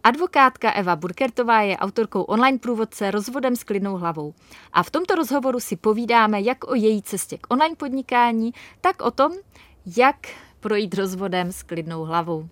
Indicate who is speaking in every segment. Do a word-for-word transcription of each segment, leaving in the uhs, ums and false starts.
Speaker 1: Advokátka Eva Burkertová je autorkou online průvodce Rozvodem s klidnou hlavou. A v tomto rozhovoru si povídáme jak o její cestě k online podnikání, tak o tom, jak projít rozvodem s klidnou hlavou.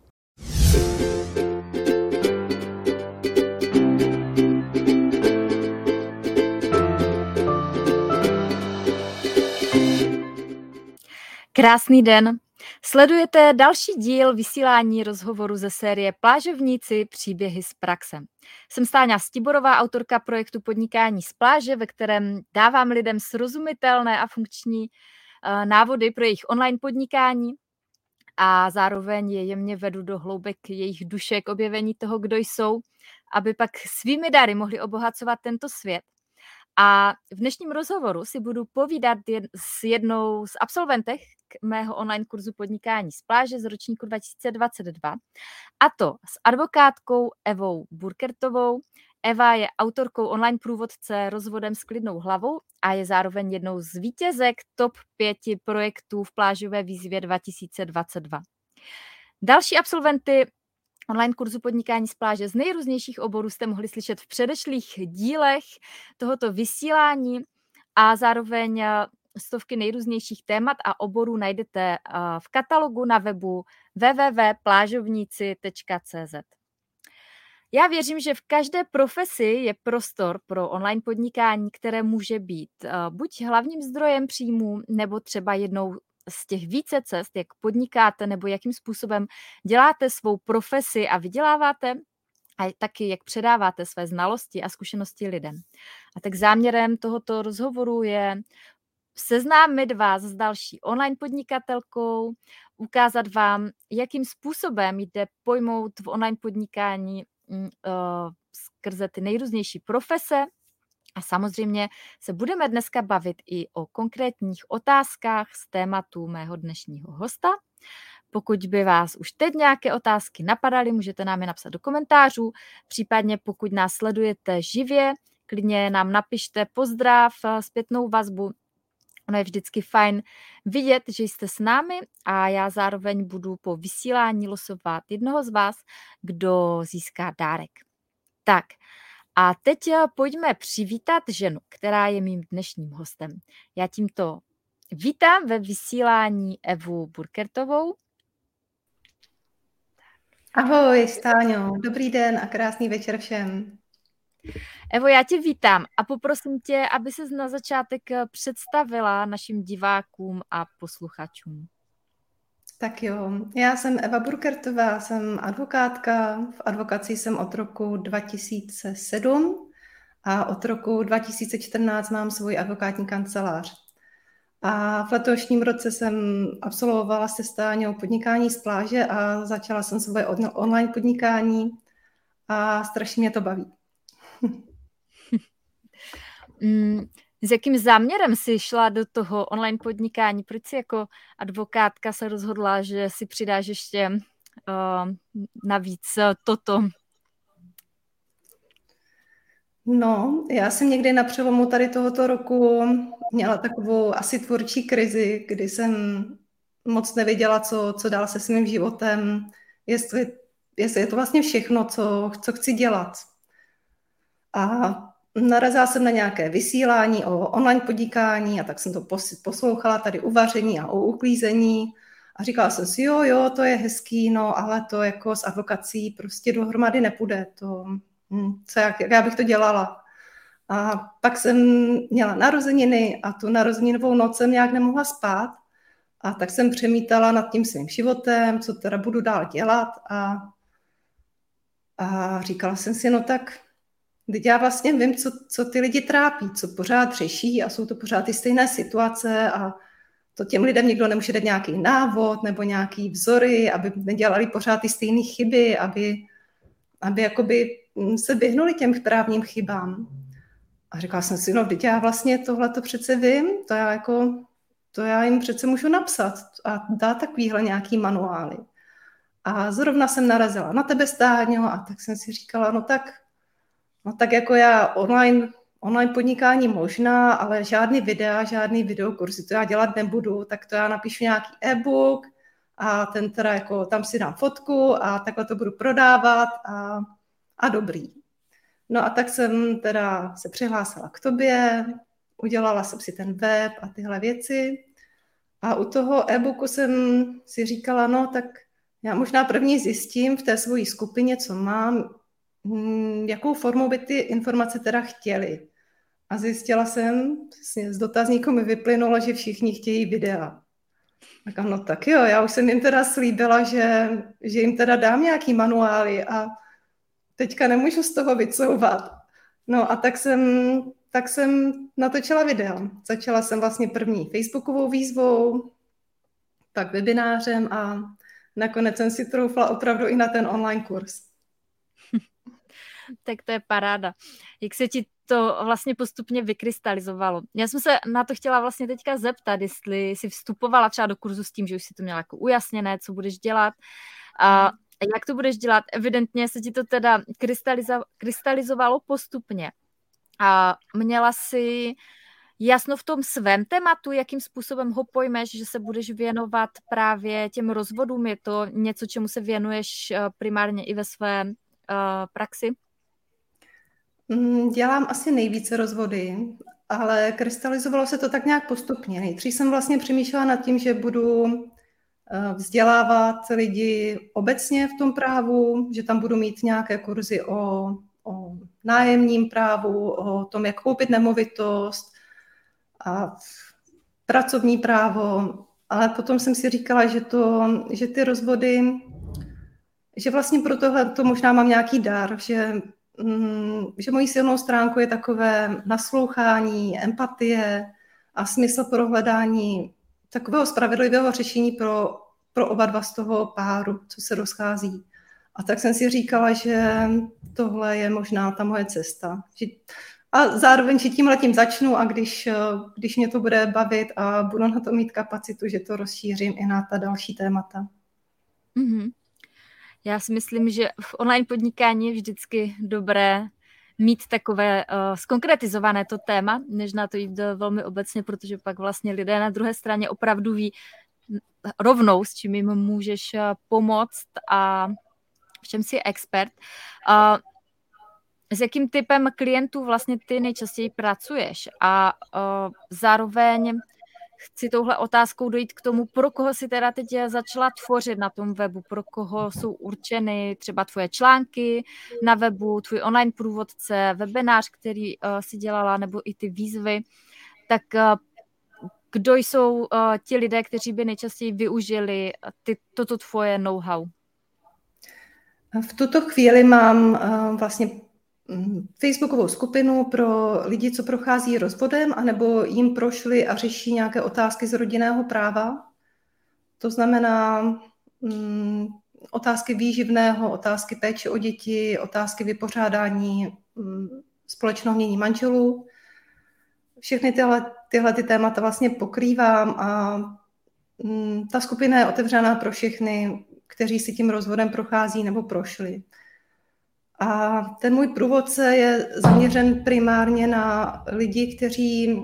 Speaker 1: Krásný den. Sledujete další díl vysílání rozhovoru ze série Plážovníci příběhy z praxe. Jsem Stáňa Stiborová, autorka projektu Podnikání z pláže, ve kterém dávám lidem srozumitelné a funkční uh, návody pro jejich online podnikání a zároveň je jemně vedu do hloubek jejich duše k objevení toho, kdo jsou, aby pak svými dary mohli obohacovat tento svět. A v dnešním rozhovoru si budu povídat s jednou z absolventek mého online kurzu Podnikání z pláže z ročníku dva tisíce dvacet dva, a to s advokátkou Evou Burkertovou. Eva je autorkou online průvodce Rozvodem s klidnou hlavou a je zároveň jednou z vítězek top pěti projektů v plážové výzvě dva tisíce dvacet dva. Další absolventy online kurzu Podnikání z pláže z nejrůznějších oborů jste mohli slyšet v předešlých dílech tohoto vysílání a zároveň stovky nejrůznějších témat a oborů najdete v katalogu na webu w w w tečka plážovníci tečka c z. Já věřím, že v každé profesi je prostor pro online podnikání, které může být buď hlavním zdrojem příjmů, nebo třeba jednou z těch více cest, jak podnikáte nebo jakým způsobem děláte svou profesi a vyděláváte, a taky jak předáváte své znalosti a zkušenosti lidem. A tak záměrem tohoto rozhovoru je seznámit vás s další online podnikatelkou, ukázat vám, jakým způsobem jde pojmout v online podnikání uh, skrze ty nejrůznější profese. A samozřejmě se budeme dneska bavit i o konkrétních otázkách z tématu mého dnešního hosta. Pokud by vás už teď nějaké otázky napadaly, můžete nám je napsat do komentářů, případně pokud nás sledujete živě, klidně nám napište pozdrav, zpětnou vazbu. Ono je vždycky fajn vidět, že jste s námi a já zároveň budu po vysílání losovat jednoho z vás, kdo získá dárek. Tak, a teď pojďme přivítat ženu, která je mým dnešním hostem. Já tímto vítám ve vysílání Evu Burkertovou.
Speaker 2: Ahoj, Stáňo, dobrý den a krásný večer všem.
Speaker 1: Evo, já tě vítám a poprosím tě, aby ses na začátek představila našim divákům a posluchačům.
Speaker 2: Tak jo, já jsem Eva Burkertová, jsem advokátka, v advokaci jsem od roku dva tisíce sedm a od roku dva tisíce čtrnáct mám svůj advokátní kancelář. A v letošním roce jsem absolvovala se Stáňou podnikání z pláže a začala jsem svoje online podnikání a strašně mě to baví.
Speaker 1: mm. S jakým záměrem jsi šla do toho online podnikání? Proč jsi jako advokátka se rozhodla, že si přidáš ještě uh, navíc toto?
Speaker 2: No, já jsem někdy na přelomu tady tohoto roku měla takovou asi tvůrčí krizi, kdy jsem moc nevěděla, co, co dál se svým životem, jestli, jestli je to vlastně všechno, co, co chci dělat. A narazila jsem na nějaké vysílání o online podnikání a tak jsem to poslouchala tady u vaření a o uklízení a říkala jsem si, jo, jo, to je hezký, no, ale to jako s advokací prostě dohromady nepůjde, to, hm, co, jak, jak já bych to dělala. A pak jsem měla narozeniny a tu narozeninovou noc jsem nějak nemohla spát a tak jsem přemítala nad tím svým životem, co teda budu dál dělat a, a říkala jsem si, no tak teď já vlastně vím, co, co ty lidi trápí, co pořád řeší a jsou to pořád ty stejné situace a to těm lidem nikdo nemůže dát nějaký návod nebo nějaký vzory, aby nedělali pořád ty stejné chyby, aby, aby jakoby se vyhnuli těm právním chybám. A říkala jsem si, no teď já vlastně tohleto přece vím, to já, jako, to já jim přece můžu napsat a dát takovýhle nějaký manuály. A zrovna jsem narazila na tebe, Stáňo, a tak jsem si říkala, no tak No tak jako já online, online podnikání možná, ale žádný videa, žádný videokurzy, to já dělat nebudu, tak to já napíšu nějaký e-book a ten teda jako tam si dám fotku a takhle to budu prodávat a, a dobrý. No a tak jsem teda se přihlásila k tobě, udělala jsem si ten web a tyhle věci a u toho e-booku jsem si říkala, no tak já možná první zjistím v té svojí skupině, co mám, jakou formou by ty informace teda chtěli. A zjistila jsem, z dotazníku mi vyplynulo, že všichni chtějí videa. Tak no tak jo, já už jsem jim teda slíbila, že, že jim teda dám nějaký manuály a teďka nemůžu z toho vycouvat. No a tak jsem, tak jsem natočila videa. Začala jsem vlastně první facebookovou výzvou, pak webinářem a nakonec jsem si troufla opravdu i na ten online kurz.
Speaker 1: Tak to je paráda. Jak se ti to vlastně postupně vykrystalizovalo? Já jsem se na to chtěla vlastně teďka zeptat, jestli jsi vstupovala třeba do kurzu s tím, že už si to měla jako ujasněné, co budeš dělat a jak to budeš dělat. Evidentně se ti to teda krystalizo- krystalizovalo postupně. A měla jsi jasno v tom svém tématu, jakým způsobem ho pojmeš, že se budeš věnovat právě těm rozvodům? Je to něco, čemu se věnuješ primárně i ve své uh, praxi?
Speaker 2: Dělám asi nejvíce rozvody, ale krystalizovalo se to tak nějak postupně. Nejdřív jsem vlastně přemýšlela nad tím, že budu vzdělávat lidi obecně v tom právu, že tam budu mít nějaké kurzy o, o nájemním právu, o tom, jak koupit nemovitost a pracovní právo, ale potom jsem si říkala, že, to, že ty rozvody, že vlastně pro tohle to možná mám nějaký dar, že, mm, že mojí silnou stránkou je takové naslouchání, empatie a smysl pro hledání takového spravedlivého řešení pro, pro oba dva z toho páru, co se rozchází. A tak jsem si říkala, že tohle je možná ta moje cesta. Že, a zároveň, že tímhletím začnu a když, když mě to bude bavit a budu na to mít kapacitu, že to rozšířím i na ta další témata.
Speaker 1: Mm-hmm. Já si myslím, že v online podnikání je vždycky dobré mít takové uh, zkonkretizované to téma, než na to jít velmi obecně, protože pak vlastně lidé na druhé straně opravdu ví rovnou, s čím jim můžeš uh, pomoct a v čem jsi expert. Uh, s jakým typem klientů vlastně ty nejčastěji pracuješ a uh, zároveň chci touhle otázkou dojít k tomu, pro koho si teda teď začala tvořit na tom webu, pro koho jsou určeny třeba tvoje články na webu, tvůj online průvodce, webinář, který uh, si dělala, nebo i ty výzvy, tak uh, kdo jsou uh, ti lidé, kteří by nejčastěji využili ty, toto tvoje know-how?
Speaker 2: V tuto chvíli mám uh, vlastně facebookovou skupinu pro lidi, co prochází rozvodem, anebo jim prošli a řeší nějaké otázky z rodinného práva. To znamená um, otázky výživného, otázky péče o děti, otázky vypořádání um, společného mění manželů. Všechny tyhle, tyhle ty témata vlastně pokrývám a um, ta skupina je otevřená pro všechny, kteří si tím rozvodem prochází nebo prošli. A ten můj průvodce je zaměřen primárně na lidi, kteří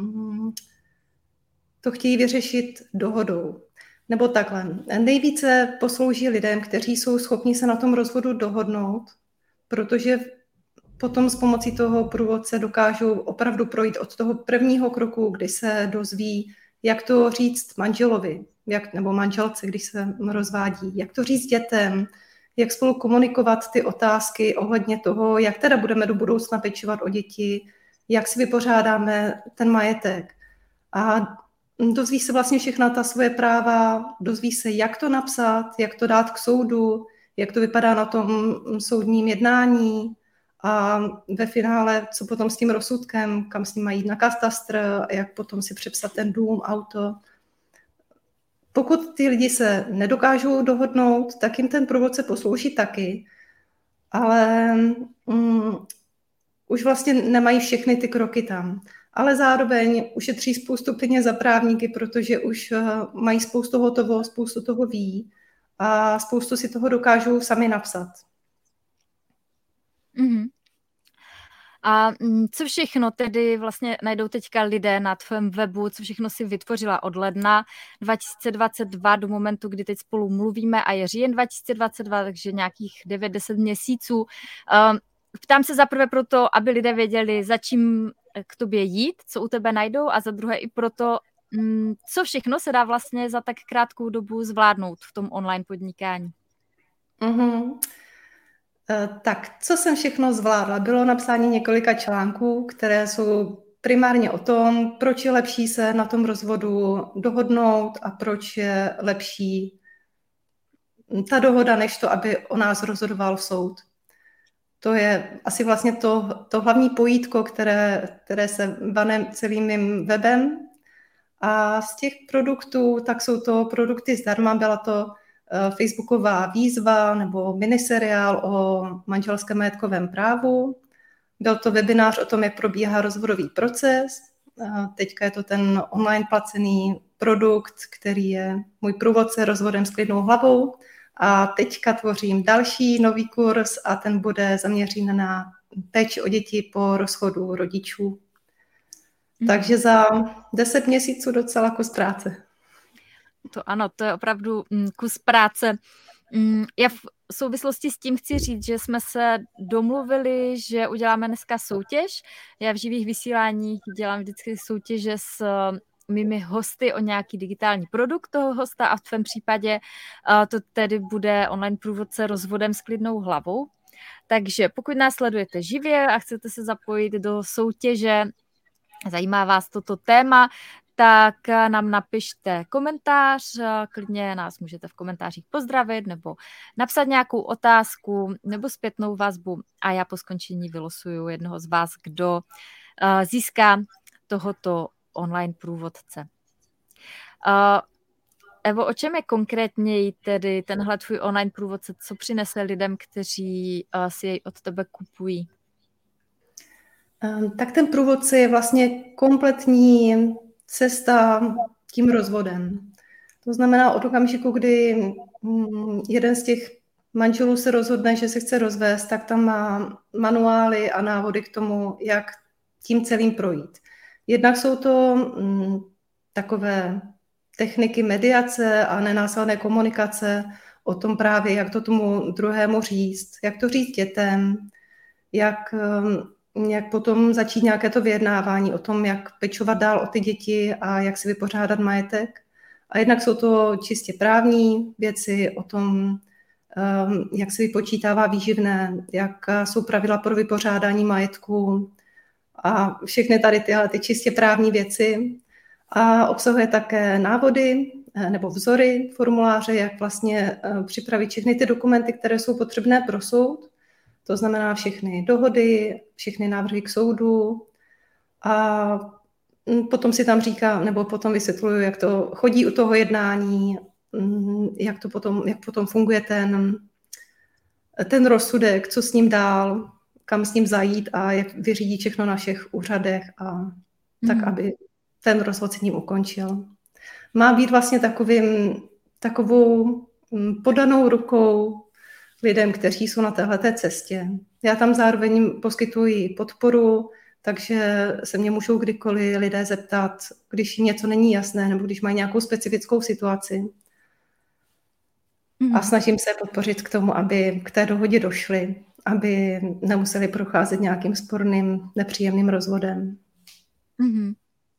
Speaker 2: to chtějí vyřešit dohodou. Nebo takhle. Nejvíce poslouží lidem, kteří jsou schopni se na tom rozvodu dohodnout, protože potom s pomocí toho průvodce dokážou opravdu projít od toho prvního kroku, kdy se dozví, jak to říct manželovi, jak, nebo manželce, když se rozvádí, jak to říct dětem, jak spolu komunikovat ty otázky ohledně toho, jak teda budeme do budoucna pečovat o děti, jak si vypořádáme ten majetek. A dozví se vlastně všechna ta svoje práva, dozví se, jak to napsat, jak to dát k soudu, jak to vypadá na tom soudním jednání a ve finále, co potom s tím rozsudkem, kam s ním mají jít na katastr, jak potom si přepsat ten dům, auto. Pokud ty lidi se nedokážou dohodnout, tak jim ten průvodce poslouží taky, ale um, už vlastně nemají všechny ty kroky tam. Ale zároveň ušetří spoustu peněz za právníky, protože už uh, mají spoustu hotovo, spoustu toho ví a spoustu si toho dokážou sami napsat.
Speaker 1: Mm-hmm. A co všechno tedy vlastně najdou teďka lidé na tvém webu, co všechno si vytvořila od ledna dva tisíce dvacet dva do momentu, kdy teď spolu mluvíme a je říjen dva tisíce dvacet dva, takže nějakých devět deset měsíců. Ptám se zaprvé proto, aby lidé věděli, za čím k tobě jít, co u tebe najdou, a za druhé i proto, co všechno se dá vlastně za tak krátkou dobu zvládnout v tom online podnikání.
Speaker 2: Mm-hmm. Tak, co jsem všechno zvládla? Bylo napsání několika článků, které jsou primárně o tom, proč je lepší se na tom rozvodu dohodnout a proč je lepší ta dohoda, než to, aby o nás rozhodoval soud. To je asi vlastně to, to hlavní pojítko, které, které se vane celým mým webem. A z těch produktů, tak jsou to produkty zdarma, byla to facebooková výzva nebo miniseriál o manželském majetkovém právu. Byl to webinář o tom, jak probíhá rozvodový proces. Teďka je to ten online placený produkt, který je můj průvodce rozvodem s klidnou hlavou. A teďka tvořím další nový kurz a ten bude zaměřen na péči o děti po rozchodu rodičů. Mm. Takže za deset měsíců docela kus práce.
Speaker 1: To ano, to je opravdu kus práce. Já v souvislosti s tím chci říct, že jsme se domluvili, že uděláme dneska soutěž. Já v živých vysíláních dělám vždycky soutěže s mými hosty o nějaký digitální produkt toho hosta a v tvém případě to tedy bude online průvodce rozvodem s klidnou hlavou. Takže pokud nás sledujete živě a chcete se zapojit do soutěže, zajímá vás toto téma, tak nám napište komentář, klidně nás můžete v komentářích pozdravit nebo napsat nějakou otázku nebo zpětnou vazbu a já po skončení vylosuju jednoho z vás, kdo získá tohoto online průvodce. Evo, o čem je konkrétně tedy tenhle tvůj online průvodce, co přinese lidem, kteří si jej od tebe kupují?
Speaker 2: Tak ten průvodce je vlastně kompletní cesta tím rozvodem. To znamená od okamžiku, kdy jeden z těch manželů se rozhodne, že se chce rozvést, tak tam má manuály a návody k tomu, jak tím celým projít. Jednak jsou to m, takové techniky mediace a nenásilné komunikace o tom právě, jak to tomu druhému říct, jak to říct dětem, jak, jak potom začít nějaké to vyjednávání o tom, jak pečovat dál o ty děti a jak si vypořádat majetek. A jednak jsou to čistě právní věci o tom, jak se vypočítává výživné, jak jsou pravidla pro vypořádání majetku a všechny tady tyhle ty čistě právní věci. A obsahuje také návody nebo vzory, formuláře, jak vlastně připravit všechny ty dokumenty, které jsou potřebné pro soud. To znamená všechny dohody, všechny návrhy k soudu. A potom si tam říká, nebo potom vysvětluju, jak to chodí u toho jednání, jak to potom, jak potom funguje ten, ten rozsudek, co s ním dál, kam s ním zajít a jak vyřídí všechno na všech úřadech a mm. tak, aby ten rozvod s ním ukončil. Má být vlastně takovým, takovou podanou rukou lidem, kteří jsou na téhleté cestě. Já tam zároveň poskytuji podporu, takže se mě můžou kdykoliv lidé zeptat, když něco není jasné nebo když mají nějakou specifickou situaci. Mm. A snažím se podpořit k tomu, aby k té dohodě došli, aby nemuseli procházet nějakým sporným, nepříjemným rozvodem.
Speaker 1: Mm-hmm.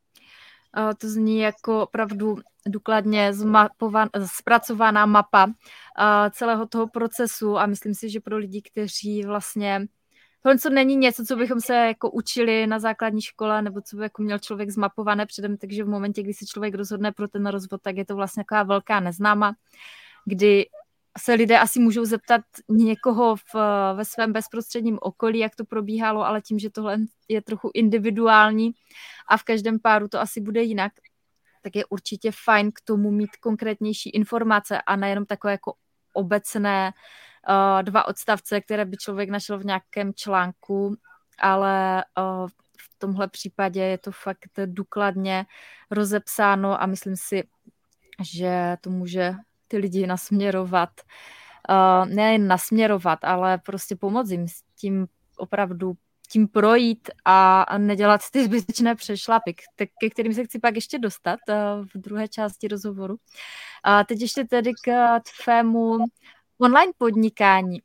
Speaker 1: To zní jako opravdu důkladně zmapovan, zpracovaná mapa celého toho procesu a myslím si, že pro lidi, kteří vlastně tohle co není něco, co bychom se jako učili na základní škole nebo co by jako měl člověk zmapované předem, takže v momentě, kdy se člověk rozhodne pro ten rozvod, tak je to vlastně taková velká neznáma, kdy se lidé asi můžou zeptat někoho v, ve svém bezprostředním okolí, jak to probíhalo, ale tím, že tohle je trochu individuální a v každém páru to asi bude jinak, tak je určitě fajn k tomu mít konkrétnější informace a nejenom takové jako obecné uh, dva odstavce, které by člověk našel v nějakém článku, ale uh, v tomhle případě je to fakt důkladně rozepsáno a myslím si, že to může ty lidi nasměrovat, uh, nejen nasměrovat, ale prostě pomoct jim s tím opravdu tím projít a nedělat ty zbytečné přešlapy, ke kterým se chci pak ještě dostat v druhé části rozhovoru. A teď ještě tedy k tvému online podnikání.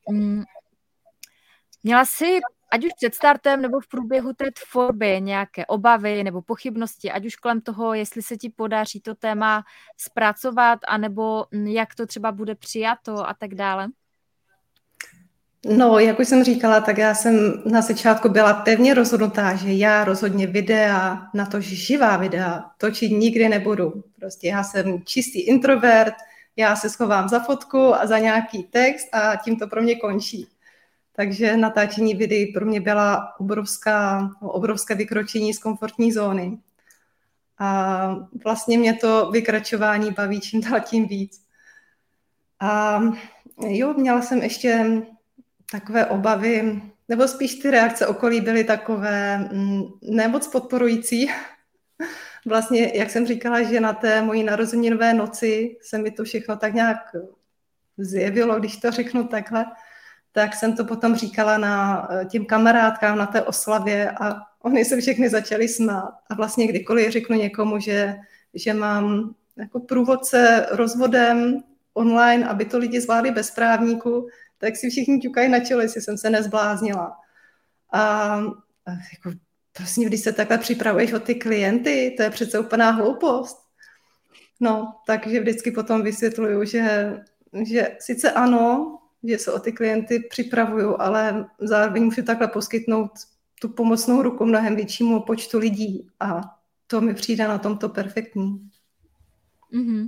Speaker 1: Měla jsi, ať už před startem nebo v průběhu té tvorby, nějaké obavy nebo pochybnosti, ať už kolem toho, jestli se ti podaří to téma zpracovat, anebo jak to třeba bude přijato a tak dále?
Speaker 2: No, jak už jsem říkala, tak já jsem na začátku byla pevně rozhodnutá, že já rozhodně videa, na to živá videa, točit nikdy nebudu. Prostě já jsem čistý introvert, já se schovám za fotku a za nějaký text a tím to pro mě končí. Takže natáčení videí pro mě byla obrovská, obrovské vykročení z komfortní zóny. A vlastně mě to vykračování baví čím dál tím víc. A jo, měla jsem ještě takové obavy, nebo spíš ty reakce okolí byly takové nemoc podporující. Vlastně, jak jsem říkala, že na té mojí narozeninové noci se mi to všechno tak nějak zjevilo, když to řeknu takhle, tak jsem to potom říkala na těm kamarádkám na té oslavě a oni se všechny začali smát. A vlastně kdykoliv řeknu někomu, že, že mám jako průvodce rozvodem online, aby to lidi zvládli bez právníku, tak si všichni ťukají na čelo, jestli jsem se nezbláznila. A, a jako, prosím, když se takhle připravuješ o ty klienty, to je přece úplná hloupost. No, takže vždycky potom vysvětluju, že, že sice ano, že se o ty klienty připravuju, ale zároveň můžu takhle poskytnout tu pomocnou ruku mnohem většímu počtu lidí a to mi přijde na tomto perfektní.
Speaker 1: Mm-hmm.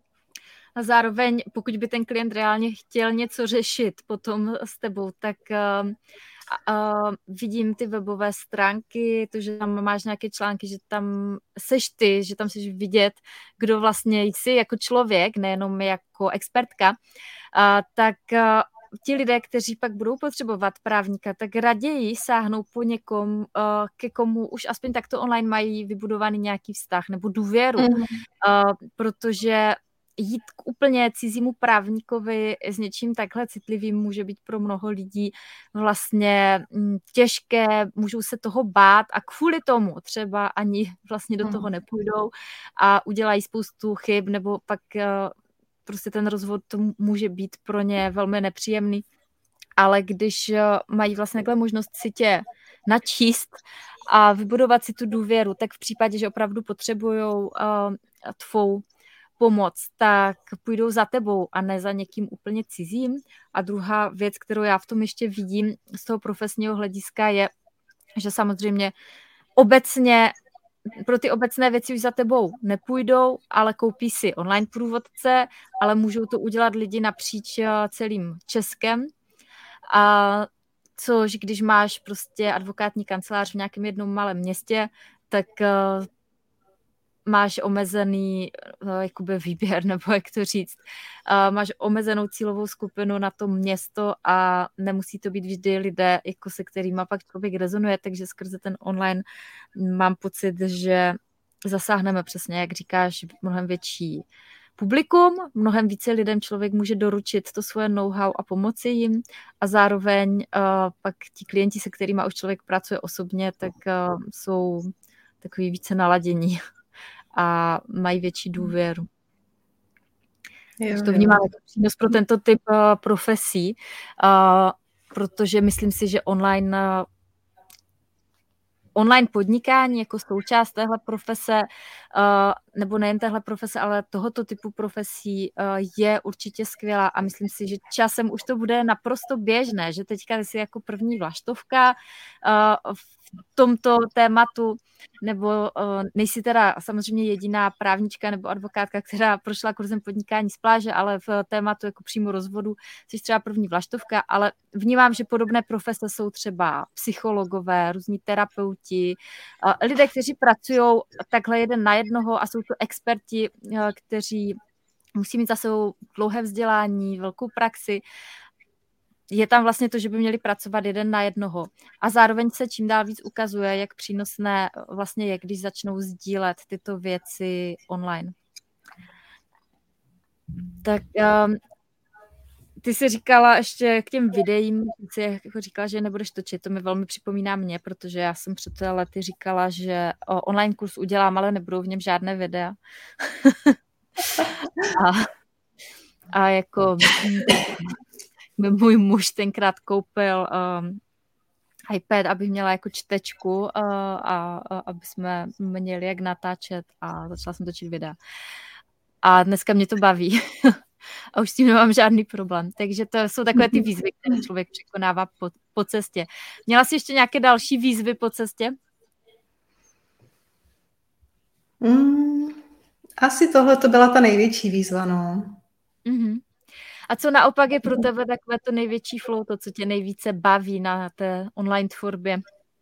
Speaker 1: A zároveň, pokud by ten klient reálně chtěl něco řešit potom s tebou, tak uh, uh, vidím ty webové stránky, to, že tam máš nějaké články, že tam seš ty, že tam seš vidět, kdo vlastně jsi jako člověk, nejenom jako expertka, uh, tak uh, ti lidé, kteří pak budou potřebovat právníka, tak raději sáhnou po někom, uh, ke komu už aspoň takto online mají vybudovaný nějaký vztah nebo důvěru, mm. uh, protože jít k úplně cizímu právníkovi s něčím takhle citlivým může být pro mnoho lidí vlastně těžké, můžou se toho bát a kvůli tomu třeba ani vlastně do toho nepůjdou a udělají spoustu chyb, nebo pak prostě ten rozvod to může být pro ně velmi nepříjemný. Ale když mají vlastně takhle možnost si tě načíst a vybudovat si tu důvěru, tak v případě, že opravdu potřebujou tvou pomoc, tak půjdou za tebou a ne za někým úplně cizím. A druhá věc, kterou já v tom ještě vidím z toho profesního hlediska je, že samozřejmě obecně pro ty obecné věci už za tebou nepůjdou, ale koupí si online průvodce, ale můžou to udělat lidi napříč celým Českem. A což když máš prostě advokátní kancelář v nějakém jednom malém městě, tak máš omezený no, jakoby výběr, nebo jak to říct, uh, máš omezenou cílovou skupinu na to město a nemusí to být vždy lidé, jako se kterýma pak člověk rezonuje, takže skrze ten online mám pocit, že zasáhneme přesně, jak říkáš, mnohem větší publikum, mnohem více lidem člověk může doručit to svoje know-how a pomoci jim a zároveň uh, pak ti klienti, se kterýma už člověk pracuje osobně, tak uh, jsou takový více naladění a mají větší důvěru. Jo, to vnímám jako přínos pro tento typ uh, profesí, uh, protože myslím si, že online, uh, online podnikání jako součást téhle profese, uh, nebo nejen téhle profese, ale tohoto typu profesí uh, je určitě skvělá a myslím si, že časem už to bude naprosto běžné, že teďka jsi jako první vlaštovka uh, v tomto tématu, nebo uh, nejsi teda samozřejmě jediná právnička nebo advokátka, která prošla kurzem podnikání z pláže, ale v tématu jako přímo rozvodu jsi třeba první vlaštovka, ale vnímám, že podobné profese jsou třeba psychologové, různí terapeuti, uh, lidé, kteří pracují takhle jeden na jednoho a jsou to experti, uh, kteří musí mít za sebou dlouhé vzdělání, velkou praxi. Je tam vlastně to, že by měli pracovat jeden na jednoho. A zároveň se čím dál víc ukazuje, jak přínosné vlastně je, když začnou sdílet tyto věci online. Tak um, ty jsi říkala ještě k těm videím, jsi jako říkala, že nebudeš točit, to mi velmi připomíná mě, protože já jsem před lety říkala, že online kurz udělám, ale nebudou v něm žádné videa. a, a jako můj muž tenkrát koupil um, iPad, abych měla jako čtečku uh, a, a aby jsme měli jak natáčet a začala jsem točit videa. A dneska mě to baví. A už s tím nemám žádný problém. Takže to jsou takové ty výzvy, které člověk překonává po, po cestě. Měla jsi ještě nějaké další výzvy po cestě?
Speaker 2: Mm, asi tohle to byla ta největší výzva, no.
Speaker 1: Mm-hmm. A co naopak je pro tebe takové to největší flow, to, co tě nejvíce baví na té online tvorbě?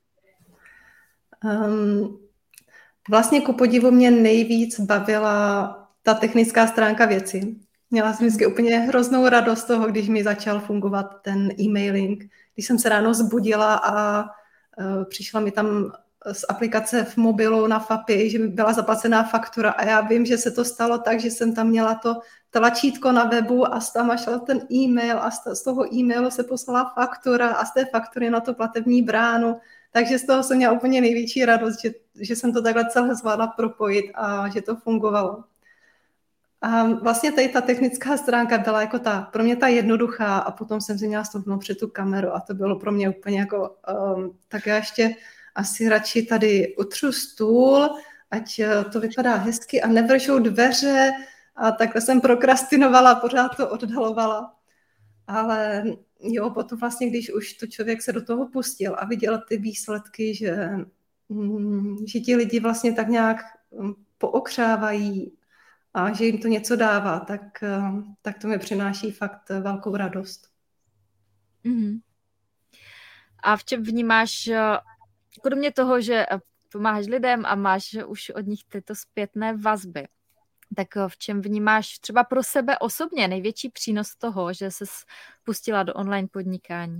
Speaker 2: Um, vlastně ku podivu mě nejvíc bavila ta technická stránka věci. Měla jsem vždycky úplně hroznou radost toho, když mi začal fungovat ten e-mailing. Když jsem se ráno zbudila a uh, přišla mi tam z aplikace v mobilu na FAPy, že mi byla zaplacená faktura a já vím, že se to stalo tak, že jsem tam měla to tlačítko na webu a tam šel ten e-mail a z toho e-mailu se poslala faktura a z té faktury na to platební bránu. Takže z toho jsem měla úplně největší radost, že, že jsem to takhle celé zvládla propojit a že to fungovalo. A vlastně tady ta technická stránka byla jako ta, pro mě ta jednoduchá a potom jsem si měla stoupnout před tu kameru a to bylo pro mě úplně jako, um, tak já ještě asi radši tady utřu stůl, ať to vypadá hezky a nevržou dveře a takhle jsem prokrastinovala, pořád to oddalovala. Ale jo, potom vlastně, když už to člověk se do toho pustil a viděl ty výsledky, že, že ti lidi vlastně tak nějak pookřávají a že jim to něco dává, tak, tak to mi přináší fakt velkou radost.
Speaker 1: Mm-hmm. A v čem vnímáš, kromě toho, že pomáháš lidem a máš už od nich tyto zpětné vazby, tak v čem vnímáš třeba pro sebe osobně největší přínos toho, že ses pustila do online podnikání?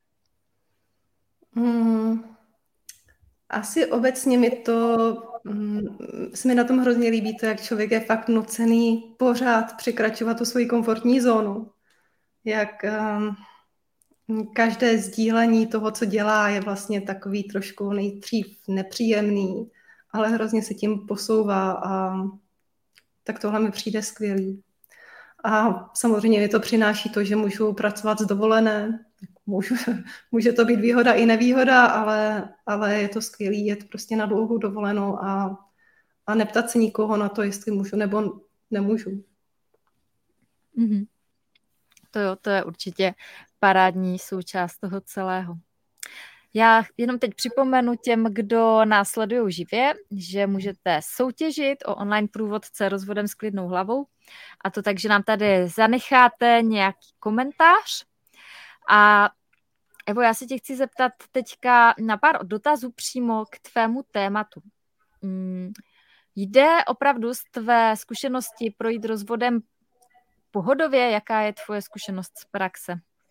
Speaker 2: Hmm, asi obecně mi to, hmm, se mi na tom hrozně líbí to, jak člověk je fakt nucený pořád překračovat tu svoji komfortní zónu. Jak um, každé sdílení toho, co dělá, je vlastně takový trošku nejdřív nepříjemný, ale hrozně se tím posouvá a tak tohle mi přijde skvělý. A samozřejmě mi to přináší to, že můžu pracovat z dovolené. Můžu, může to být výhoda i nevýhoda, ale, ale je to skvělý jet prostě na dlouhou dovolenou a, a neptat se nikoho na to, jestli můžu nebo nemůžu.
Speaker 1: Mm-hmm. To jo, to je určitě parádní součást toho celého. Já jenom teď připomenu těm, kdo nás sledují živě, že můžete soutěžit o online průvodce rozvodem s klidnou hlavou. A to tak, že nám tady zanecháte nějaký komentář. A Evo, já se tě chci zeptat teďka na pár dotazů přímo k tvému tématu. Hmm. Jde opravdu z tvé zkušenosti projít rozvodem pohodově? Jaká je tvoje zkušenost z praxe?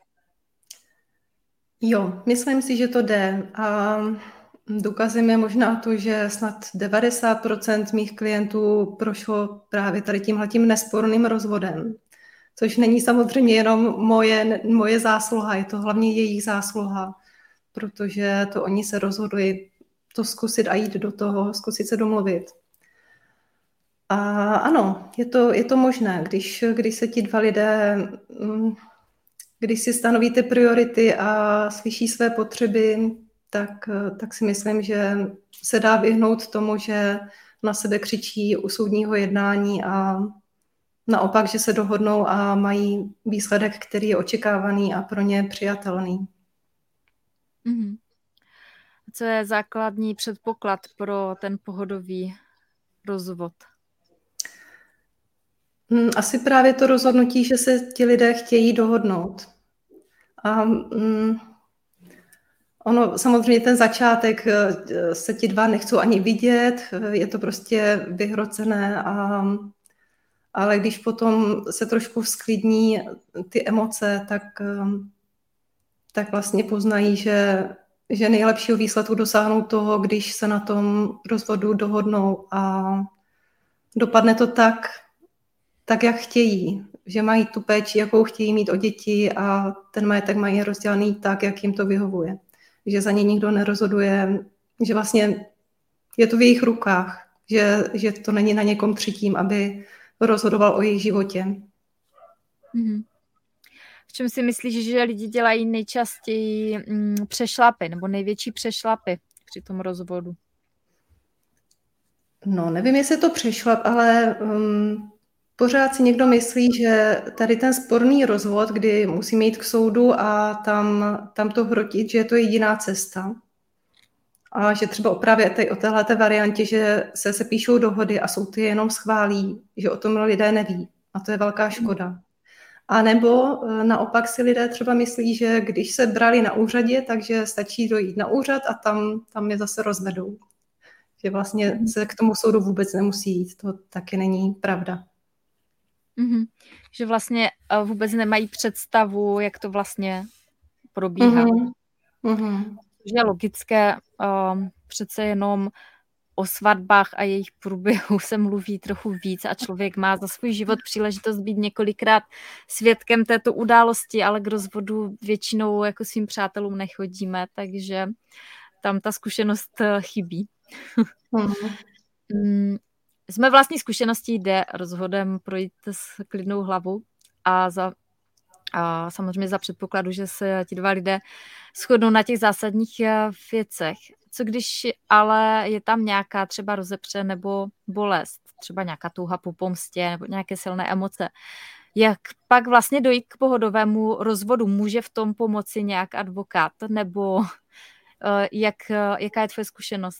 Speaker 2: Jo, myslím si, že to jde. A důkazem je možná to, že snad devadesát procent mých klientů prošlo právě tady tímhletím nesporným rozvodem. Což není samozřejmě jenom moje, moje zásluha, je to hlavně jejich zásluha, protože to oni se rozhodli to zkusit a jít do toho, zkusit se domluvit. A ano, je to, je to možné, když, když se ti dva lidé, když si stanovíte priority a slyší své potřeby, tak, tak si myslím, že se dá vyhnout tomu, že na sebe křičí u soudního jednání a naopak, že se dohodnou a mají výsledek, který je očekávaný a pro ně přijatelný.
Speaker 1: Mm-hmm. Co je základní předpoklad pro ten pohodový rozvod?
Speaker 2: Asi právě to rozhodnutí, že se ti lidé chtějí dohodnout. A um, ono, samozřejmě ten začátek se ti dva nechcou ani vidět, je to prostě vyhrocené, a, ale když potom se trošku sklidní ty emoce, tak, tak vlastně poznají, že, že nejlepšího výsledku dosáhnou toho, když se na tom rozvodu dohodnou a dopadne to tak, tak jak chtějí. že mají tu péči, jakou chtějí mít o děti a ten majetek mají rozdělaný tak, jak jim to vyhovuje. Že za ně nikdo nerozhoduje, že vlastně je to v jejich rukách, že, že to není na někom třetím, aby rozhodoval o jejich životě.
Speaker 1: Mm-hmm. V čem si myslíš, že lidi dělají nejčastěji mm, přešlapy nebo největší přešlapy při tom rozvodu?
Speaker 2: No, nevím, jestli to přešlap, ale um, pořád si někdo myslí, že tady ten sporný rozvod, kdy musí jít k soudu a tam, tam to hrotit, že je to jediná cesta. A že třeba právě tady o téhleté variantě, že se sepíšou dohody a soud je jenom schválí, že o tom lidé neví. A to je velká škoda. A nebo naopak si lidé třeba myslí, že když se brali na úřadě, takže stačí dojít na úřad a tam, tam je zase rozvedou. Že vlastně se k tomu soudu vůbec nemusí jít. To taky není pravda.
Speaker 1: Mm-hmm. Že vlastně vůbec nemají představu, jak to vlastně probíhá.
Speaker 2: Mm-hmm.
Speaker 1: Že je logické, um, přece jenom o svatbách a jejich průběhu se mluví trochu víc a člověk má za svůj život příležitost být několikrát svědkem této události, ale k rozvodu většinou jako svým přátelům nechodíme, takže tam ta zkušenost chybí. Mm. Z mé vlastní zkušenosti jde rozhodem projít s klidnou hlavou a za a samozřejmě za předpokladu, že se ti dva lidé shodnou na těch zásadních věcech. Co když ale je tam nějaká třeba rozepře nebo bolest, třeba nějaká touha po pomstě nebo nějaké silné emoce. Jak pak vlastně dojít k pohodovému rozvodu? Může v tom pomoci nějak advokát? Nebo jak, jaká je tvoje zkušenost?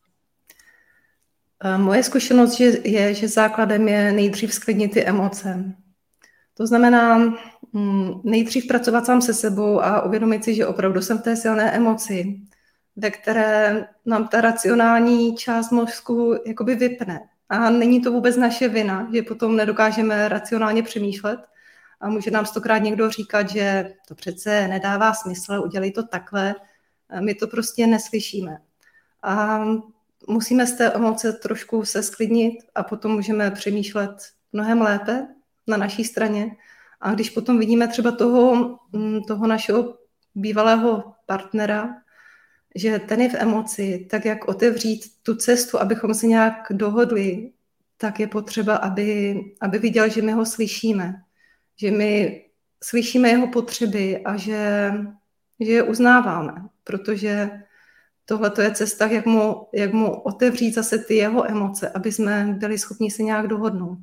Speaker 2: Moje zkušenost je, že základem je nejdřív sklidnit ty emoce. To znamená nejdřív pracovat sám se sebou a uvědomit si, že opravdu jsem v té silné emoci, ve které nám ta racionální část mozku jakoby vypne. A není to vůbec naše vina, že potom nedokážeme racionálně přemýšlet a může nám stokrát někdo říkat, že to přece nedává smysl, udělej to takhle. My to prostě neslyšíme. A musíme z té emoce trošku se sklidnit a potom můžeme přemýšlet mnohem lépe na naší straně. A když potom vidíme třeba toho, toho našeho bývalého partnera, že ten je v emoci, tak jak otevřít tu cestu, abychom se nějak dohodli, tak je potřeba, aby, aby viděl, že my ho slyšíme. Že my slyšíme jeho potřeby a že, že je uznáváme. Protože tohle je cesta, jak mu, jak mu otevřít zase ty jeho emoce, aby jsme byli schopni se nějak dohodnout.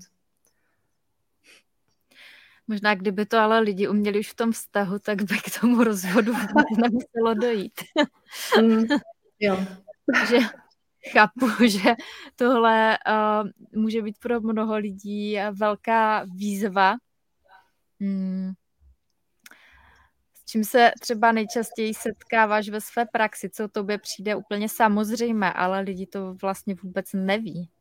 Speaker 1: Možná kdyby to ale lidi uměli už v tom vztahu, tak by k tomu rozvodu nemuselo dojít.
Speaker 2: Mm, jo.
Speaker 1: Že chápu, že tohle uh, může být pro mnoho lidí velká výzva. Hmm. S čím se třeba nejčastěji setkáváš ve své praxi, co tobě přijde úplně samozřejmé, ale lidi to vlastně vůbec neví?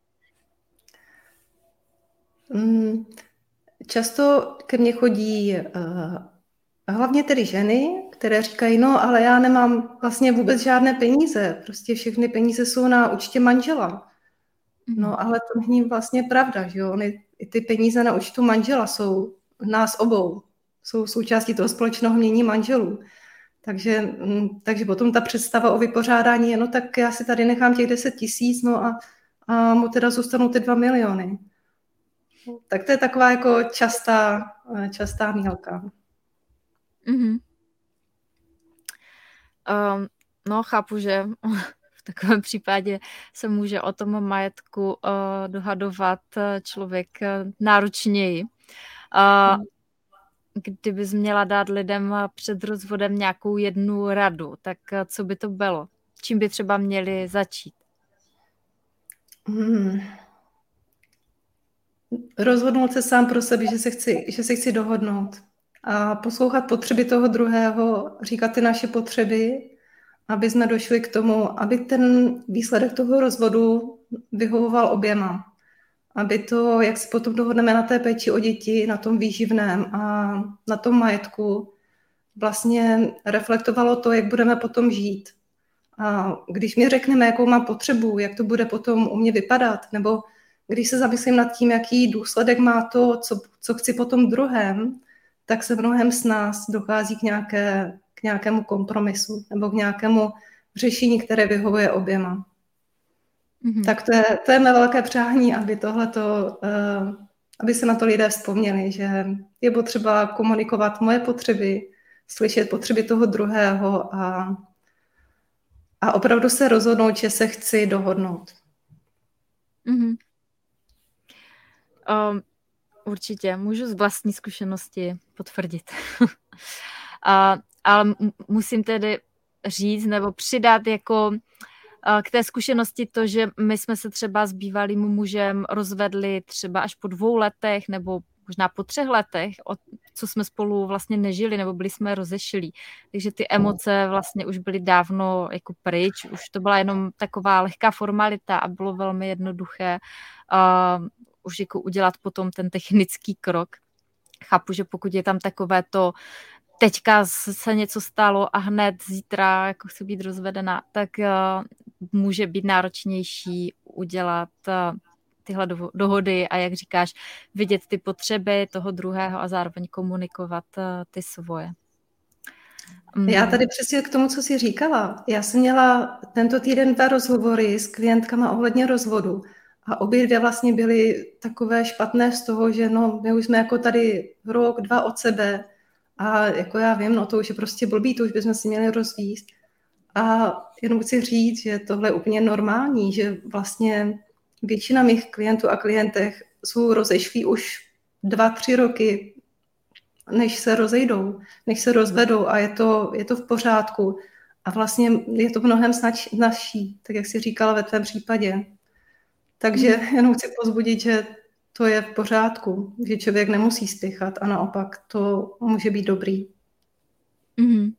Speaker 2: Mm. Často ke mně chodí uh, hlavně tedy ženy, které říkají, no ale já nemám vlastně vůbec žádné peníze, prostě všechny peníze jsou na účtě manžela. No ale to není vlastně pravda, že jo, Ony, i ty peníze na účtu manžela jsou nás obou, jsou součástí toho společného mění manželů. Takže, mm, takže potom ta představa o vypořádání je, no tak já si tady nechám těch deset tisíc, no a, a mu teda zůstanou ty dva miliony. Tak to je taková jako častá, častá mýlka.
Speaker 1: Mm-hmm. Um, no, chápu, že v takovém případě se může o tom majetku uh, dohadovat člověk uh, náročněji. Uh, mm. Kdybys měla dát lidem před rozvodem nějakou jednu radu, tak uh, co by to bylo? Čím by třeba měli začít?
Speaker 2: Hmm. Rozhodnout se sám pro sebe, že se chci, že se chci dohodnout a poslouchat potřeby toho druhého, říkat ty naše potřeby, aby jsme došli k tomu, aby ten výsledek toho rozvodu vyhovoval oběma. Aby to, jak se potom dohodneme na té péči o děti, na tom výživném a na tom majetku, vlastně reflektovalo to, jak budeme potom žít. A když mi řekneme, jakou mám potřebu, jak to bude potom u mě vypadat, nebo když se zamyslím nad tím, jaký důsledek má to, co, co chci po tom druhém, tak se mnohem s nás dochází k, nějaké, k nějakému kompromisu nebo k nějakému řešení, které vyhovuje oběma. Mm-hmm. Tak to je, to je mé velké přání, aby tohleto, uh, aby se na to lidé vzpomněli, že je potřeba komunikovat moje potřeby, slyšet potřeby toho druhého a, a opravdu se rozhodnout, že se chci dohodnout.
Speaker 1: Mm-hmm. Um, určitě, můžu z vlastní zkušenosti potvrdit. a, ale musím tedy říct nebo přidat jako k té zkušenosti to, že my jsme se třeba s bývalým mužem rozvedli třeba až po dvou letech nebo možná po třech letech, od, co jsme spolu vlastně nežili nebo byli jsme rozešlí. Takže ty emoce vlastně už byly dávno jako pryč, už to byla jenom taková lehká formalita a bylo velmi jednoduché uh, už jako udělat potom ten technický krok. Chápu, že pokud je tam takové to teďka se něco stalo a hned zítra jako chci být rozvedena, tak uh, může být náročnější udělat uh, tyhle do- dohody a jak říkáš, vidět ty potřeby toho druhého a zároveň komunikovat uh, ty svoje.
Speaker 2: Mm. Já tady přesně k tomu, co jsi říkala. Já jsem měla tento týden dva rozhovory s klientkama ohledně rozvodu a obě dvě vlastně byly takové špatné z toho, že no, my už jsme jako tady rok, dva od sebe a jako já vím, no to už je prostě blbý, to už bychom si měli rozvíst. A jenom chci říct, že tohle je úplně normální, že vlastně většina mých klientů a klientech jsou rozešlí už dva, tři roky, než se rozejdou, než se rozvedou a je to, je to v pořádku. A vlastně je to mnohem snazší, tak jak jsi říkala ve tvém případě. Takže hmm. jenom chci pozbudit, že to je v pořádku, že člověk nemusí spěchat a naopak to může být dobrý.
Speaker 1: Mm-hmm.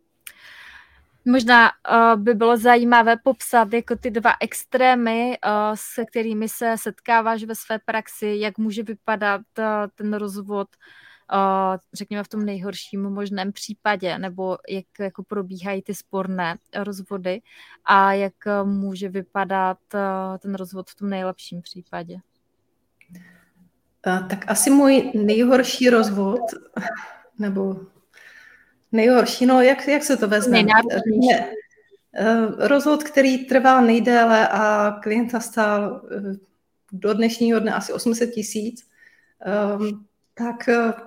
Speaker 1: Možná uh, by bylo zajímavé popsat jako ty dva extrémy, uh, se kterými se setkáváš ve své praxi, jak může vypadat uh, ten rozvod, uh, řekněme v tom nejhorším možném případě, nebo jak jako probíhají ty sporné rozvody a jak uh, může vypadat uh, ten rozvod v tom nejlepším případě.
Speaker 2: Uh, tak asi můj nejhorší rozvod, nebo nejhorší, no jak, jak se to vezme? Ne, rozvod, který trval nejdéle a klienta stál do dnešního dne asi osm set tisíc, tak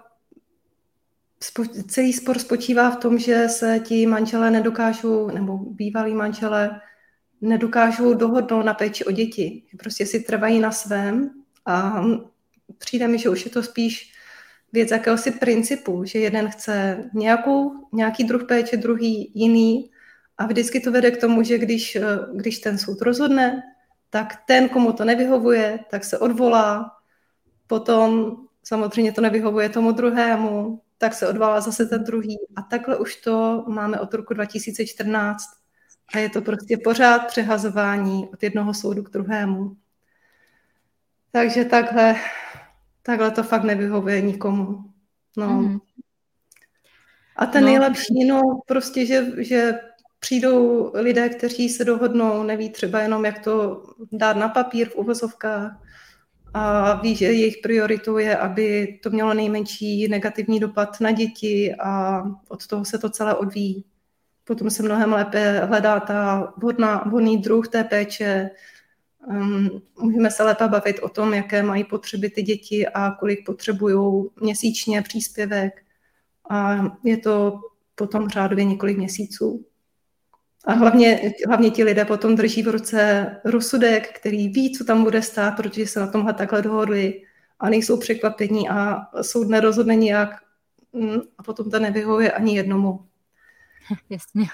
Speaker 2: celý spor spočívá v tom, že se ti manželé nedokážou, nebo bývalí manželé nedokážou dohodnout na péči o děti. Prostě si trvají na svém a přijde mi, že už je to spíš věc jakéhosi principu, že jeden chce nějakou, nějaký druh péče, druhý jiný a vždycky to vede k tomu, že když, když ten soud rozhodne, tak ten, komu to nevyhovuje, tak se odvolá, potom samozřejmě to nevyhovuje tomu druhému, tak se odvolá zase ten druhý a takhle už to máme od roku dva tisíce čtrnáct a je to prostě pořád přehazování od jednoho soudu k druhému. Takže takhle Takhle to fakt nevyhovuje nikomu. No. Mm. A ten no. nejlepší, no prostě, že, že přijdou lidé, kteří se dohodnou, neví třeba jenom, jak to dát na papír v uvozovkách a ví, že jejich prioritou je, aby to mělo nejmenší negativní dopad na děti a od toho se to celé odvíjí. Potom se mnohem lépe hledá ta vhodná, vhodný druh té péče. Um, můžeme se lépe bavit o tom, jaké mají potřeby ty děti a kolik potřebují měsíčně příspěvek. A je to potom řádově několik měsíců. A hlavně, hlavně ti lidé potom drží v ruce rozsudek, který ví, co tam bude stát, protože se na tomhle takhle dohodli a nejsou překvapení a soud nerozhodne nijak a potom to nevyhovuje ani jednomu.
Speaker 1: Jasně.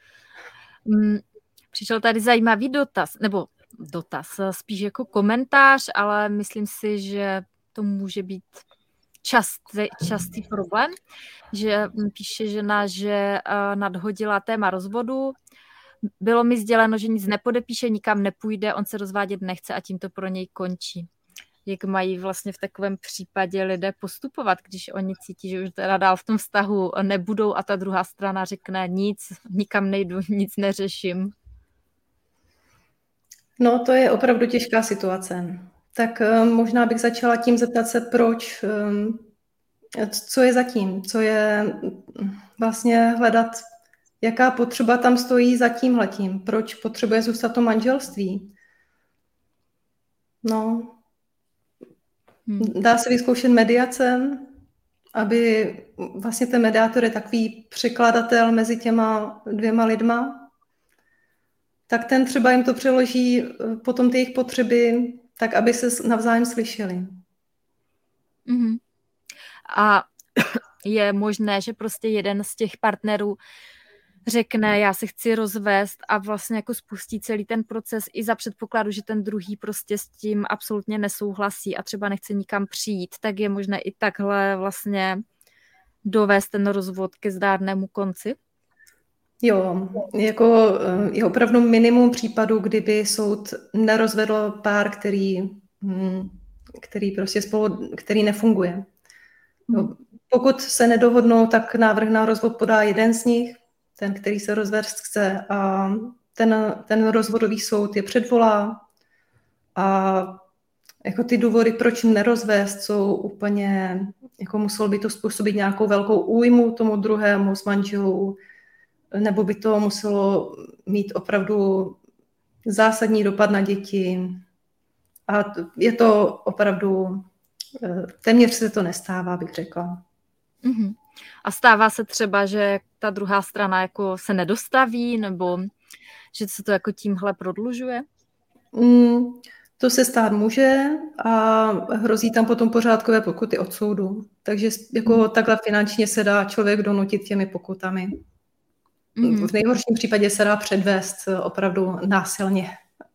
Speaker 1: Přišel tady zajímavý dotaz, nebo dotaz, spíš jako komentář, ale myslím si, že to může být častý, častý problém, že píše žena, že nadhodila téma rozvodu, bylo mi sděleno, že nic nepodepíše, nikam nepůjde, on se rozvádět nechce a tím to pro něj končí. Jak mají vlastně v takovém případě lidé postupovat, když oni cítí, že už teda dál v tom vztahu nebudou a ta druhá strana řekne nic, nikam nejdu, nic neřeším.
Speaker 2: No, to je opravdu těžká situace. tak možná bych začala tím zeptat se, proč, co je zatím, co je vlastně hledat, jaká potřeba tam stojí za tímhletím, proč potřebuje zůstat to manželství. No, hmm. Dá se vyzkoušet mediace, aby vlastně ten mediátor je takový překladatel mezi těma dvěma lidma, tak ten třeba jim to přeloží potom ty jejich potřeby, tak aby se navzájem slyšeli.
Speaker 1: Mm-hmm. A je možné, že prostě jeden z těch partnerů řekne, já se chci rozvést a vlastně jako spustí celý ten proces i za předpokladu, že ten druhý prostě s tím absolutně nesouhlasí a třeba nechce nikam přijít, tak je možné i takhle vlastně dovést ten rozvod ke zdárnému konci?
Speaker 2: Jo, jako je opravdu minimum případů, kdyby soud nerozvedl pár, který, který prostě spolu, který nefunguje. Jo, pokud se nedohodnou, tak návrh na rozvod podá jeden z nich, ten, který se rozvést chce, a ten, ten rozvodový soud je předvolá a jako ty důvody, proč nerozvést, jsou úplně, jako muselo by to způsobit nějakou velkou újmu tomu druhému z manželů, nebo by to muselo mít opravdu zásadní dopad na děti. A je to opravdu, téměř se to nestává, bych řekla.
Speaker 1: Mm-hmm. A stává se třeba, že ta druhá strana jako se nedostaví, nebo že se to jako tímhle prodlužuje?
Speaker 2: Mm, to se stát může a hrozí tam potom pořádkové pokuty od soudu. Takže jako mm. takhle finančně se dá člověk donutit těmi pokutami. Mm. V nejhorším případě se dá předvést opravdu násilně.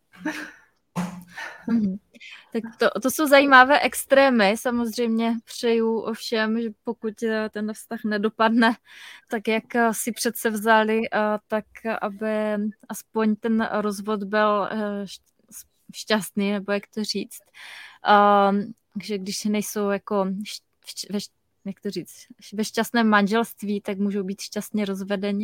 Speaker 1: Mm. Tak to, to jsou zajímavé extrémy. Samozřejmě přeju ovšem, že pokud ten vztah nedopadne tak, jak si přece vzali, tak aby aspoň ten rozvod byl šťastný, nebo jak to říct. Takže když nejsou jako ve, jak to říct, ve šťastném manželství, tak můžou být šťastně rozvedeni.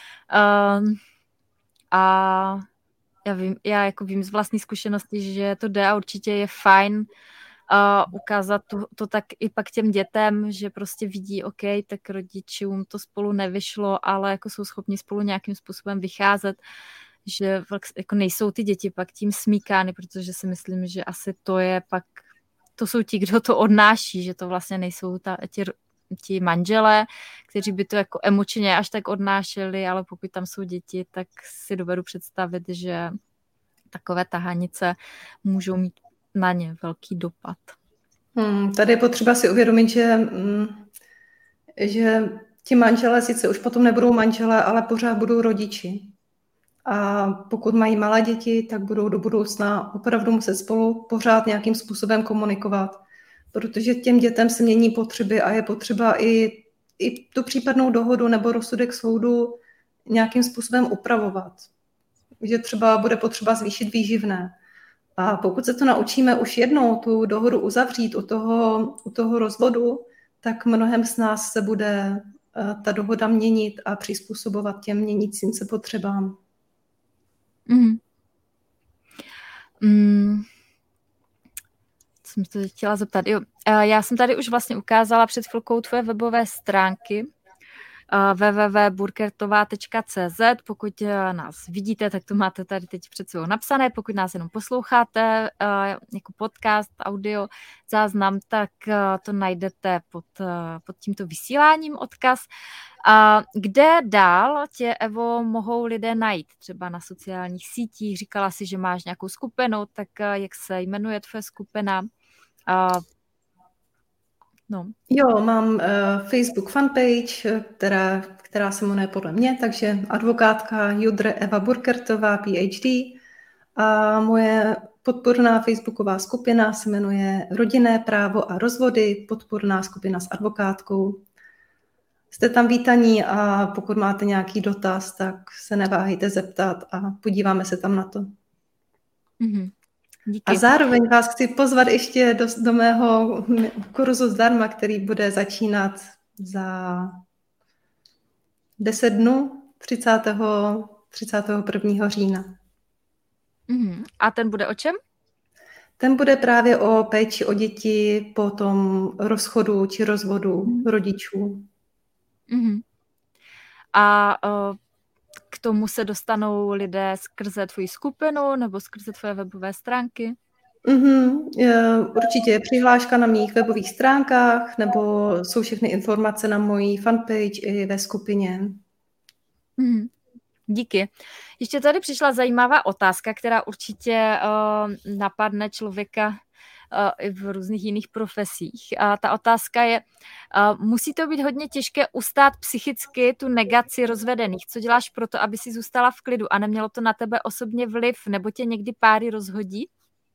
Speaker 1: A Já vím, já jako vím z vlastní zkušenosti, že to jde a určitě je fajn uh, ukázat to, to tak i pak těm dětem, že prostě vidí, OK, tak rodičům to spolu nevyšlo, ale jako jsou schopni spolu nějakým způsobem vycházet, že jako nejsou ty děti pak tím smíkány, protože si myslím, že asi to je pak, to jsou ti, kdo to odnáší, že to vlastně nejsou ta, ti, ti manželé, kteří by to jako emočně až tak odnášeli, ale pokud tam jsou děti, tak si dovedu představit, že takové tahanice můžou mít na ně velký dopad.
Speaker 2: Hmm, tady je potřeba si uvědomit, že, že ti manželé sice už potom nebudou manželé, ale pořád budou rodiči. A pokud mají malé děti, tak budou do budoucna opravdu muset spolu pořád nějakým způsobem komunikovat, protože těm dětem se mění potřeby a je potřeba i, i tu případnou dohodu nebo rozsudek soudu nějakým způsobem upravovat. Že třeba bude potřeba zvýšit výživné. A pokud se to naučíme už jednou tu dohodu uzavřít u toho, u toho rozvodu, tak mnohem z nás se bude ta dohoda měnit a přizpůsobovat těm měnícím se potřebám.
Speaker 1: Mm. Mm. Co jsem to chtěla zeptat? Jo, já jsem tady už vlastně ukázala před chvilkou tvoje webové stránky w w w tečka burkertová tečka c z. Pokud nás vidíte, tak to máte tady teď před sebou napsané. Pokud nás jenom posloucháte jako podcast, audio, záznam, tak to najdete pod, pod tímto vysíláním odkaz. A kde dál tě, Evo, mohou lidé najít? Třeba na sociálních sítích. Říkala si, že máš nějakou skupinu, tak jak se jmenuje tvoje skupina? A No.
Speaker 2: Jo, mám uh, Facebook fanpage, která, která se jmenuje podle mě, takže advokátka Judre Eva Burkertová, P H D. A moje podporná facebooková skupina se jmenuje Rodinné právo a rozvody, podporná skupina s advokátkou. Jste tam vítaní a pokud máte nějaký dotaz, tak se neváhejte zeptat a podíváme se tam na to.
Speaker 1: Mm-hmm. Díky.
Speaker 2: A zároveň vás chci pozvat ještě do, do mého kurzu zdarma, který bude začínat za deset dnů, třicátého prvního října.
Speaker 1: Mm-hmm. A ten bude o čem?
Speaker 2: Ten bude právě o péči o děti po tom rozchodu či rozvodu rodičů.
Speaker 1: Mm-hmm. A uh, k tomu se dostanou lidé skrze tvoji skupinu nebo skrze tvoje webové stránky?
Speaker 2: Mm-hmm. Určitě je přihláška na mých webových stránkách nebo jsou všechny informace na mojí fanpage i ve skupině.
Speaker 1: Mm-hmm. Díky. Ještě tady přišla zajímavá otázka, která určitě uh, napadne člověka uh, i v různých jiných profesích. A ta otázka je, uh, musí to být hodně těžké ustát psychicky tu negaci rozvedených. Co děláš pro to, aby si zůstala v klidu a nemělo to na tebe osobně vliv, nebo tě někdy páry rozhodí?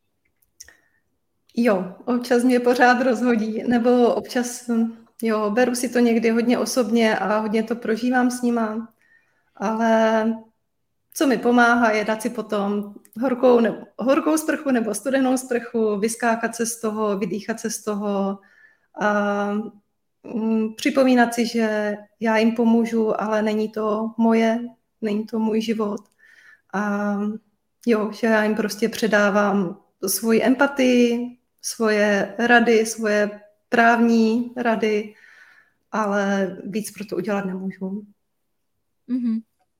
Speaker 2: Jo, občas mě pořád rozhodí, nebo občas, jo, beru si to někdy hodně osobně a hodně to prožívám s nima, ale co mi pomáhá, je dát si potom horkou, nebo, horkou sprchu nebo studenou sprchu, vyskákat se z toho, vydýchat se z toho a mm, připomínat si, že já jim pomůžu, ale není to moje, není to můj život. A jo, že já jim prostě předávám svoji empatii, svoje rady, svoje právní rady, ale víc pro to udělat nemůžu.
Speaker 1: Mm-hmm.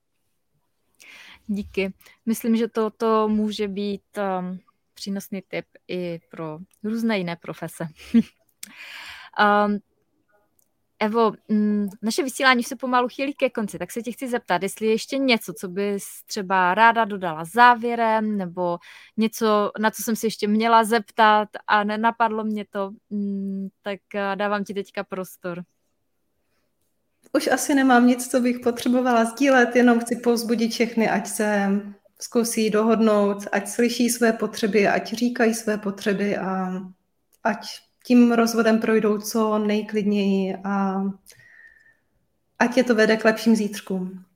Speaker 1: Díky. Myslím, že toto může být um, přínosný tip i pro různé jiné profese. um, Evo, m, naše vysílání se pomalu chýlí ke konci, tak se tě chci zeptat, jestli je ještě něco, co bys třeba ráda dodala závěrem, nebo něco, na co jsem si ještě měla zeptat a nenapadlo mě to, m, tak dávám ti teďka prostor.
Speaker 2: Už asi nemám nic, co bych potřebovala sdílet, jenom chci povzbudit všechny, ať se zkusí dohodnout, ať slyší své potřeby, ať říkají své potřeby a ať tím rozvodem projdou co nejklidněji a ať je to vede k lepším zítřkům.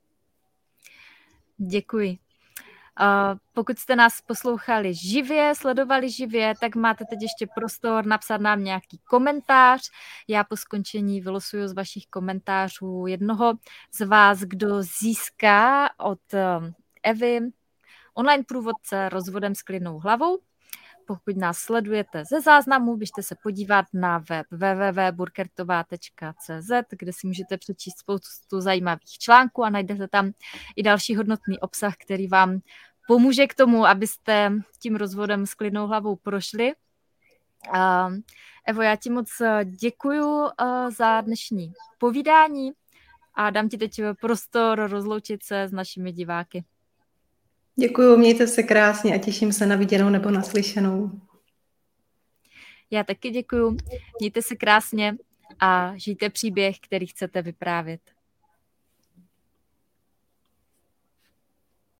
Speaker 1: Děkuji. Uh, pokud jste nás poslouchali živě, sledovali živě, tak máte teď ještě prostor napsat nám nějaký komentář. Já po skončení vylosuju z vašich komentářů jednoho z vás, kdo získá od um, Evy online průvodce rozvodem s klidnou hlavou. Pokud nás sledujete ze záznamu, běžte se podívat na web w w w tečka burkertová tečka c z, kde si můžete přečíst spoustu zajímavých článků a najdete tam i další hodnotný obsah, který vám pomůže k tomu, abyste tím rozvodem s klidnou hlavou prošli. Uh, Evo, já ti moc děkuju uh, za dnešní povídání a dám ti teď prostor rozloučit se s našimi diváky.
Speaker 2: Děkuju, mějte se krásně a těším se na viděnou nebo naslyšenou.
Speaker 1: Já taky děkuju, mějte se krásně a žijte příběh, který chcete vyprávět.